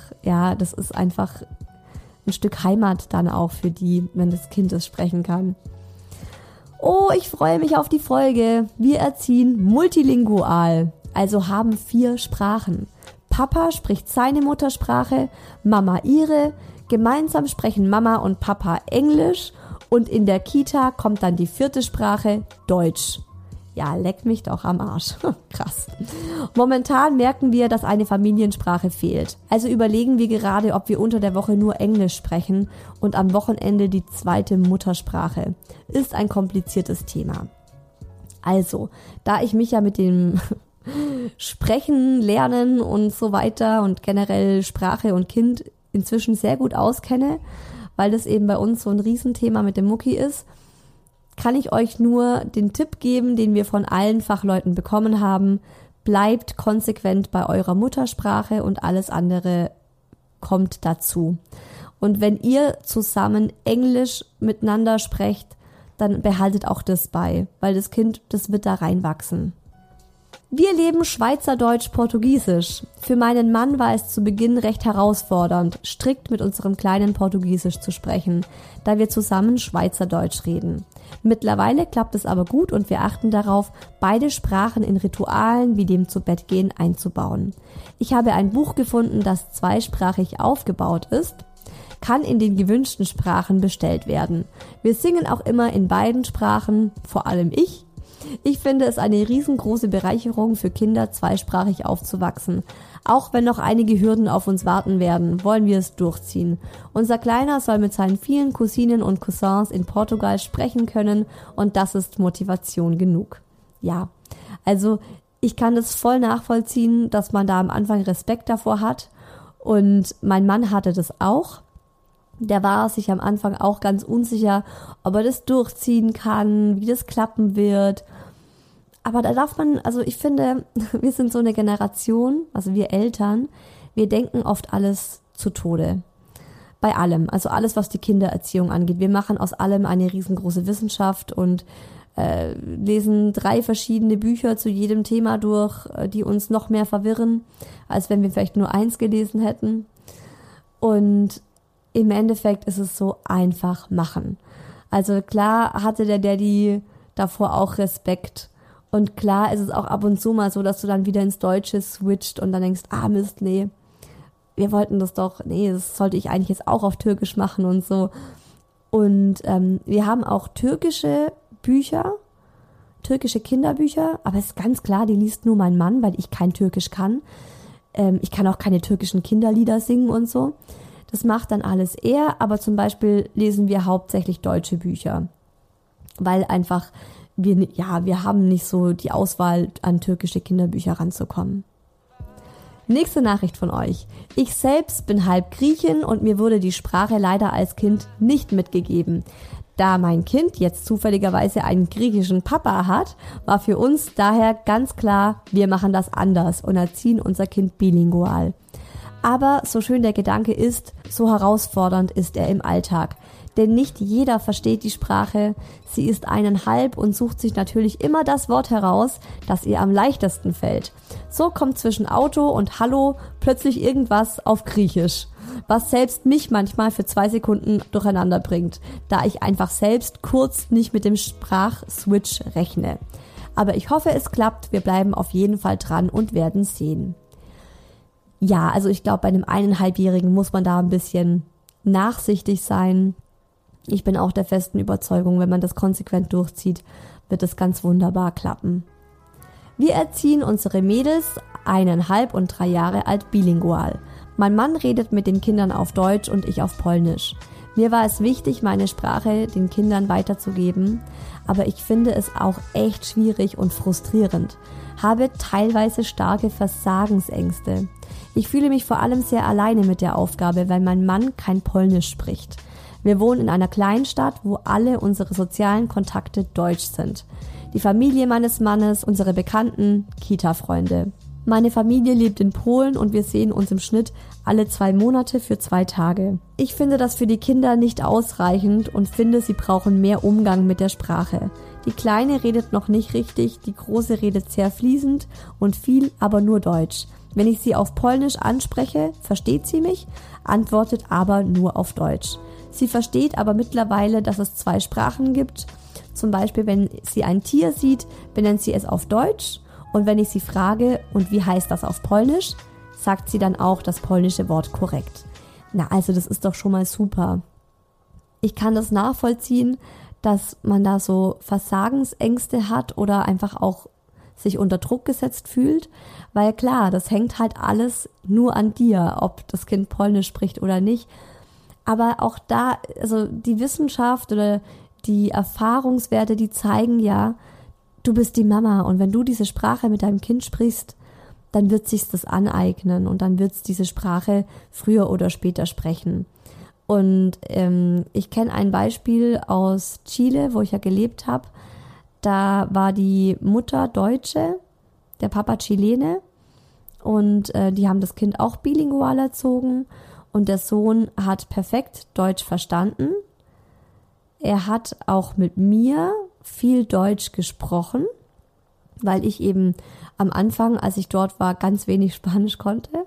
ein Stück Heimat dann auch für die, wenn das Kind es sprechen kann. Oh, ich freue mich auf die Folge. Wir erziehen multilingual, also haben 4 Sprachen. Papa spricht seine Muttersprache, Mama ihre, gemeinsam sprechen Mama und Papa Englisch und in der Kita kommt dann die 4. Sprache, Deutsch. Ja, leck mich doch am Arsch. Krass. Momentan merken wir, dass eine Familiensprache fehlt. Also überlegen wir gerade, ob wir unter der Woche nur Englisch sprechen und am Wochenende die 2. Muttersprache. Ist ein kompliziertes Thema. Also, da ich mich ja mit dem Sprechen, Lernen und so weiter und generell Sprache und Kind inzwischen sehr gut auskenne, weil das eben bei uns so ein Riesenthema mit dem Mucki ist, kann ich euch nur den Tipp geben, den wir von allen Fachleuten bekommen haben. Bleibt konsequent bei eurer Muttersprache und alles andere kommt dazu. Und wenn ihr zusammen Englisch miteinander sprecht, dann behaltet auch das bei, weil das Kind, das wird da reinwachsen. Wir leben Schweizerdeutsch-Portugiesisch. Für meinen Mann war es zu Beginn recht herausfordernd, strikt mit unserem kleinen Portugiesisch zu sprechen, da wir zusammen Schweizerdeutsch reden. Mittlerweile klappt es aber gut und wir achten darauf, beide Sprachen in Ritualen wie dem Zubettgehen einzubauen. Ich habe ein Buch gefunden, das zweisprachig aufgebaut ist, kann in den gewünschten Sprachen bestellt werden. Wir singen auch immer in beiden Sprachen, vor allem ich. Ich finde es eine riesengroße Bereicherung für Kinder, zweisprachig aufzuwachsen. Auch wenn noch einige Hürden auf uns warten werden, wollen wir es durchziehen. Unser Kleiner soll mit seinen vielen Cousinen und Cousins in Portugal sprechen können und das ist Motivation genug. Ja, also ich kann das voll nachvollziehen, dass man da am Anfang Respekt davor hat und mein Mann hatte das auch. Der war sich am Anfang auch ganz unsicher, ob er das durchziehen kann, wie das klappen wird. Aber da darf man, also ich finde, wir sind so eine Generation, also wir Eltern, wir denken oft alles zu Tode. Bei allem, also alles, was die Kindererziehung angeht. Wir machen aus allem eine riesengroße Wissenschaft und lesen 3 verschiedene Bücher zu jedem Thema durch, die uns noch mehr verwirren, als wenn wir vielleicht nur 1 gelesen hätten. Und im Endeffekt ist es so einfach machen. Also klar hatte der Daddy davor auch Respekt. Und klar ist es auch ab und zu mal so, dass du dann wieder ins Deutsche switcht und dann denkst, Mist, nee, wir wollten das doch, nee, das sollte ich eigentlich jetzt auch auf Türkisch machen und so. Und wir haben auch türkische Bücher, türkische Kinderbücher, aber es ist ganz klar, die liest nur mein Mann, weil ich kein Türkisch kann. Ich kann auch keine türkischen Kinderlieder singen und so. Das macht dann alles er, aber zum Beispiel lesen wir hauptsächlich deutsche Bücher, weil einfach wir haben nicht so die Auswahl, an türkische Kinderbücher ranzukommen. Nächste Nachricht von euch. Ich selbst bin halb Griechin und mir wurde die Sprache leider als Kind nicht mitgegeben. Da mein Kind jetzt zufälligerweise einen griechischen Papa hat, war für uns daher ganz klar, wir machen das anders und erziehen unser Kind bilingual. Aber so schön der Gedanke ist, so herausfordernd ist er im Alltag. Denn nicht jeder versteht die Sprache, sie ist 1,5 und sucht sich natürlich immer das Wort heraus, das ihr am leichtesten fällt. So kommt zwischen Auto und Hallo plötzlich irgendwas auf Griechisch, was selbst mich manchmal für 2 Sekunden durcheinander bringt, da ich einfach selbst kurz nicht mit dem Sprachswitch rechne. Aber ich hoffe, es klappt, wir bleiben auf jeden Fall dran und werden sehen. Ja, also ich glaube, bei einem 1,5-Jährigen muss man da ein bisschen nachsichtig sein. Ich bin auch der festen Überzeugung, wenn man das konsequent durchzieht, wird es ganz wunderbar klappen. Wir erziehen unsere Mädels 1,5 und 3 Jahre alt bilingual. Mein Mann redet mit den Kindern auf Deutsch und ich auf Polnisch. Mir war es wichtig, meine Sprache den Kindern weiterzugeben, aber ich finde es auch echt schwierig und frustrierend. Habe teilweise starke Versagensängste. Ich fühle mich vor allem sehr alleine mit der Aufgabe, weil mein Mann kein Polnisch spricht. Wir wohnen in einer Kleinstadt, wo alle unsere sozialen Kontakte deutsch sind. Die Familie meines Mannes, unsere Bekannten, Kita-Freunde. Meine Familie lebt in Polen und wir sehen uns im Schnitt alle 2 Monate für 2 Tage. Ich finde das für die Kinder nicht ausreichend und finde, sie brauchen mehr Umgang mit der Sprache. Die Kleine redet noch nicht richtig, die Große redet sehr fließend und viel, aber nur Deutsch. Wenn ich sie auf Polnisch anspreche, versteht sie mich, antwortet aber nur auf Deutsch. Sie versteht aber mittlerweile, dass es 2 Sprachen gibt. Zum Beispiel, wenn sie ein Tier sieht, benennt sie es auf Deutsch. Und wenn ich sie frage, und wie heißt das auf Polnisch, sagt sie dann auch das polnische Wort korrekt. Na, also das ist doch schon mal super. Ich kann das nachvollziehen, dass man da so Versagensängste hat oder einfach auch sich unter Druck gesetzt fühlt, weil klar, das hängt halt alles nur an dir, ob das Kind Polnisch spricht oder nicht. Aber auch da, also die Wissenschaft oder die Erfahrungswerte, die zeigen ja, du bist die Mama und wenn du diese Sprache mit deinem Kind sprichst, dann wird sich's das aneignen und dann wird's diese Sprache früher oder später sprechen. Und ich kenne ein Beispiel aus Chile, wo ich ja gelebt habe. Da war die Mutter Deutsche, der Papa Chilene und die haben das Kind auch bilingual erzogen und der Sohn hat perfekt Deutsch verstanden. Er hat auch mit mir viel Deutsch gesprochen, weil ich eben am Anfang, als ich dort war, ganz wenig Spanisch konnte.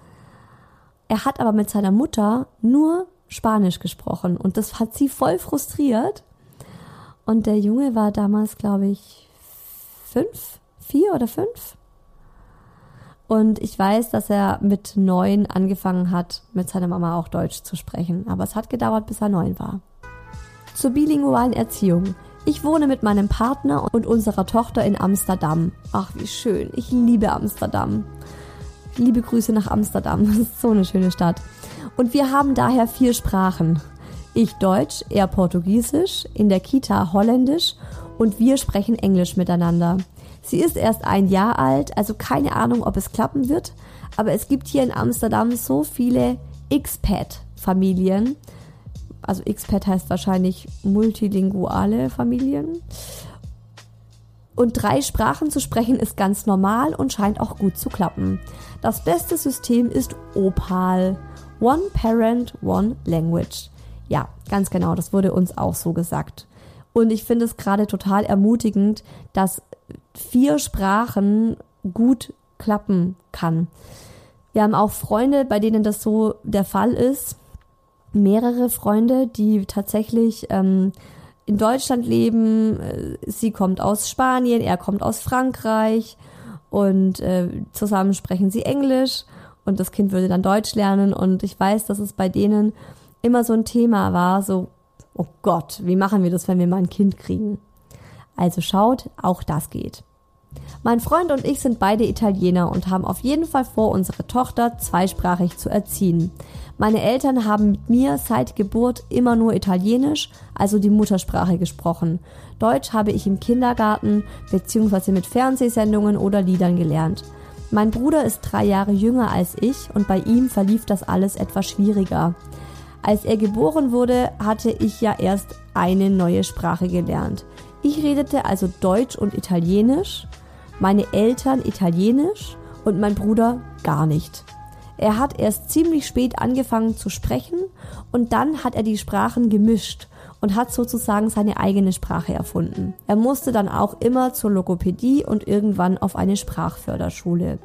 Er hat aber mit seiner Mutter nur Spanisch gesprochen und das hat sie voll frustriert. Und der Junge war damals, glaube ich, 4 oder 5. Und ich weiß, dass er mit 9 angefangen hat, mit seiner Mama auch Deutsch zu sprechen. Aber es hat gedauert, bis er 9 war. Zur bilingualen Erziehung. Ich wohne mit meinem Partner und unserer Tochter in Amsterdam. Ach, wie schön. Ich liebe Amsterdam. Liebe Grüße nach Amsterdam. Das ist so eine schöne Stadt. Und wir haben daher 4 Sprachen. Ich Deutsch, er Portugiesisch, in der Kita Holländisch und wir sprechen Englisch miteinander. Sie ist erst 1 Jahr alt, also keine Ahnung, ob es klappen wird. Aber es gibt hier in Amsterdam so viele Expat-Familien. Also Expat heißt wahrscheinlich multilinguale Familien. Und 3 Sprachen zu sprechen ist ganz normal und scheint auch gut zu klappen. Das beste System ist OPAL. One Parent, One Language. Ja, ganz genau, das wurde uns auch so gesagt. Und ich finde es gerade total ermutigend, dass 4 Sprachen gut klappen kann. Wir haben auch Freunde, bei denen das so der Fall ist. Mehrere Freunde, die tatsächlich in Deutschland leben. Sie kommt aus Spanien, er kommt aus Frankreich und zusammen sprechen sie Englisch und das Kind würde dann Deutsch lernen. Und ich weiß, dass es bei denen immer so ein Thema war, so, oh Gott, wie machen wir das, wenn wir mal ein Kind kriegen? Also schaut, auch das geht. Mein Freund und ich sind beide Italiener und haben auf jeden Fall vor, unsere Tochter zweisprachig zu erziehen. Meine Eltern haben mit mir seit Geburt immer nur Italienisch, also die Muttersprache, gesprochen. Deutsch habe ich im Kindergarten bzw. mit Fernsehsendungen oder Liedern gelernt. Mein Bruder ist 3 Jahre jünger als ich und bei ihm verlief das alles etwas schwieriger. Als er geboren wurde, hatte ich ja erst eine neue Sprache gelernt. Ich redete also Deutsch und Italienisch, meine Eltern Italienisch und mein Bruder gar nicht. Er hat erst ziemlich spät angefangen zu sprechen und dann hat er die Sprachen gemischt und hat sozusagen seine eigene Sprache erfunden. Er musste dann auch immer zur Logopädie und irgendwann auf eine Sprachförderschule.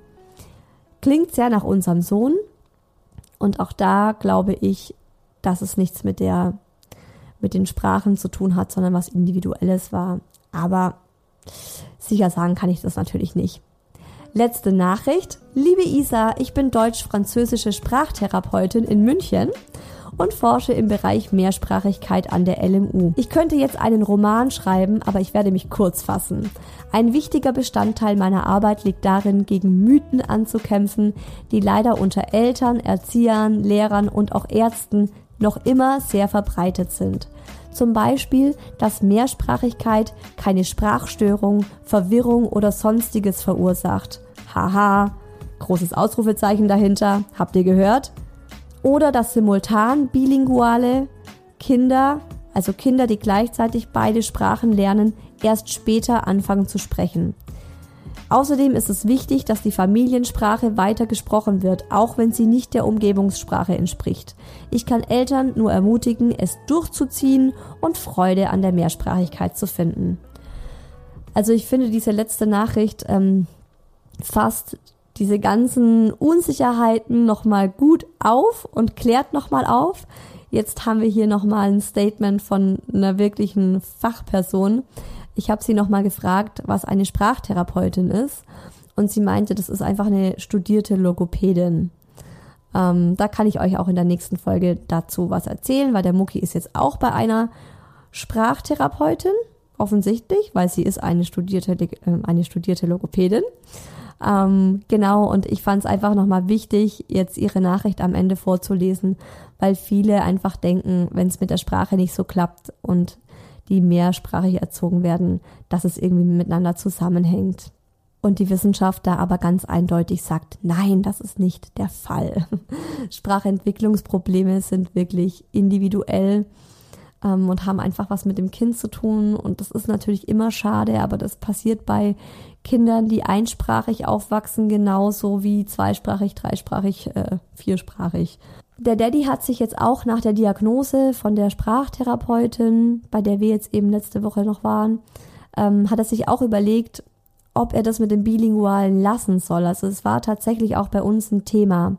Klingt sehr nach unserem Sohn und auch da glaube ich, dass es nichts mit den Sprachen zu tun hat, sondern was Individuelles war. Aber sicher sagen kann ich das natürlich nicht. Letzte Nachricht. Liebe Isa, ich bin deutsch-französische Sprachtherapeutin in München und forsche im Bereich Mehrsprachigkeit an der LMU. Ich könnte jetzt einen Roman schreiben, aber ich werde mich kurz fassen. Ein wichtiger Bestandteil meiner Arbeit liegt darin, gegen Mythen anzukämpfen, die leider unter Eltern, Erziehern, Lehrern und auch Ärzten noch immer sehr verbreitet sind. Zum Beispiel, dass Mehrsprachigkeit keine Sprachstörung, Verwirrung oder Sonstiges verursacht. Haha, großes Ausrufezeichen dahinter, habt ihr gehört? Oder dass simultan bilinguale Kinder, also Kinder, die gleichzeitig beide Sprachen lernen, erst später anfangen zu sprechen. Außerdem ist es wichtig, dass die Familiensprache weiter gesprochen wird, auch wenn sie nicht der Umgebungssprache entspricht. Ich kann Eltern nur ermutigen, es durchzuziehen und Freude an der Mehrsprachigkeit zu finden. Also ich finde, diese letzte Nachricht fasst diese ganzen Unsicherheiten nochmal gut auf und klärt nochmal auf. Jetzt haben wir hier nochmal ein Statement von einer wirklichen Fachperson. Ich habe sie nochmal gefragt, was eine Sprachtherapeutin ist. Und sie meinte, das ist einfach eine studierte Logopädin. Da kann ich euch auch in der nächsten Folge dazu was erzählen, weil der Mucki ist jetzt auch bei einer Sprachtherapeutin, offensichtlich, weil sie ist eine studierte Logopädin. Genau, und ich fand es einfach nochmal wichtig, jetzt ihre Nachricht am Ende vorzulesen, weil viele einfach denken, wenn es mit der Sprache nicht so klappt und die mehrsprachig erzogen werden, dass es irgendwie miteinander zusammenhängt. Und die Wissenschaft da aber ganz eindeutig sagt, nein, das ist nicht der Fall. Sprachentwicklungsprobleme sind wirklich individuell und haben einfach was mit dem Kind zu tun. Und das ist natürlich immer schade, aber das passiert bei Kindern, die einsprachig aufwachsen, genauso wie zweisprachig, dreisprachig, viersprachig. Der Daddy hat sich jetzt auch nach der Diagnose von der Sprachtherapeutin, bei der wir jetzt eben letzte Woche noch waren, hat er sich auch überlegt, ob er das mit dem Bilingualen lassen soll. Also es war tatsächlich auch bei uns ein Thema,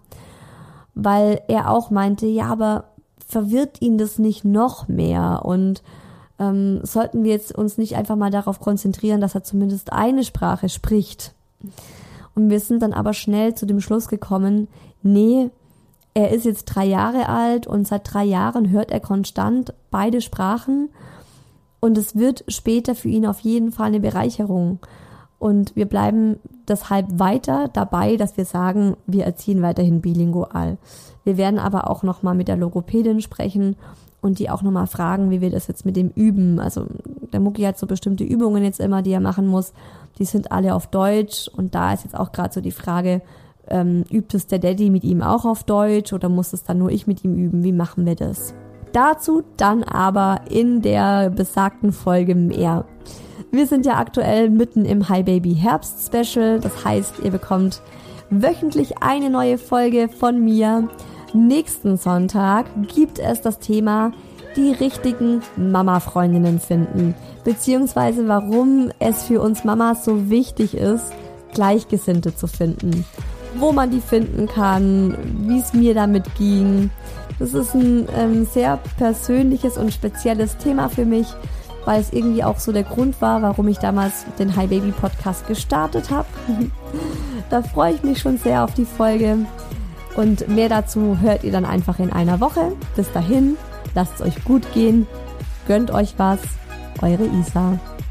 weil er auch meinte, ja, aber verwirrt ihn das nicht noch mehr? Und sollten wir jetzt uns nicht einfach mal darauf konzentrieren, dass er zumindest eine Sprache spricht. Und wir sind dann aber schnell zu dem Schluss gekommen, nee, er ist jetzt 3 Jahre alt und seit 3 Jahren hört er konstant beide Sprachen und es wird später für ihn auf jeden Fall eine Bereicherung. Und wir bleiben deshalb weiter dabei, dass wir sagen, wir erziehen weiterhin bilingual. Wir werden aber auch nochmal mit der Logopädin sprechen und die auch nochmal fragen, wie wir das jetzt mit dem üben. Also der Mucki hat so bestimmte Übungen jetzt immer, die er machen muss. Die sind alle auf Deutsch und da ist jetzt auch gerade so die Frage, übt es der Daddy mit ihm auch auf Deutsch oder muss es dann nur ich mit ihm üben? Wie machen wir das? Dazu dann aber in der besagten Folge mehr. Wir sind ja aktuell mitten im Hi Baby Herbst Special. Das heißt, ihr bekommt wöchentlich eine neue Folge von mir. Nächsten Sonntag gibt es das Thema die richtigen Mama-Freundinnen finden, beziehungsweise warum es für uns Mamas so wichtig ist, Gleichgesinnte zu finden. Wo man die finden kann, wie es mir damit ging. Das ist ein sehr persönliches und spezielles Thema für mich, weil es irgendwie auch so der Grund war, warum ich damals den Hi Baby Podcast gestartet habe. Da freue ich mich schon sehr auf die Folge. Und mehr dazu hört ihr dann einfach in einer Woche. Bis dahin, lasst es euch gut gehen, gönnt euch was, eure Isa.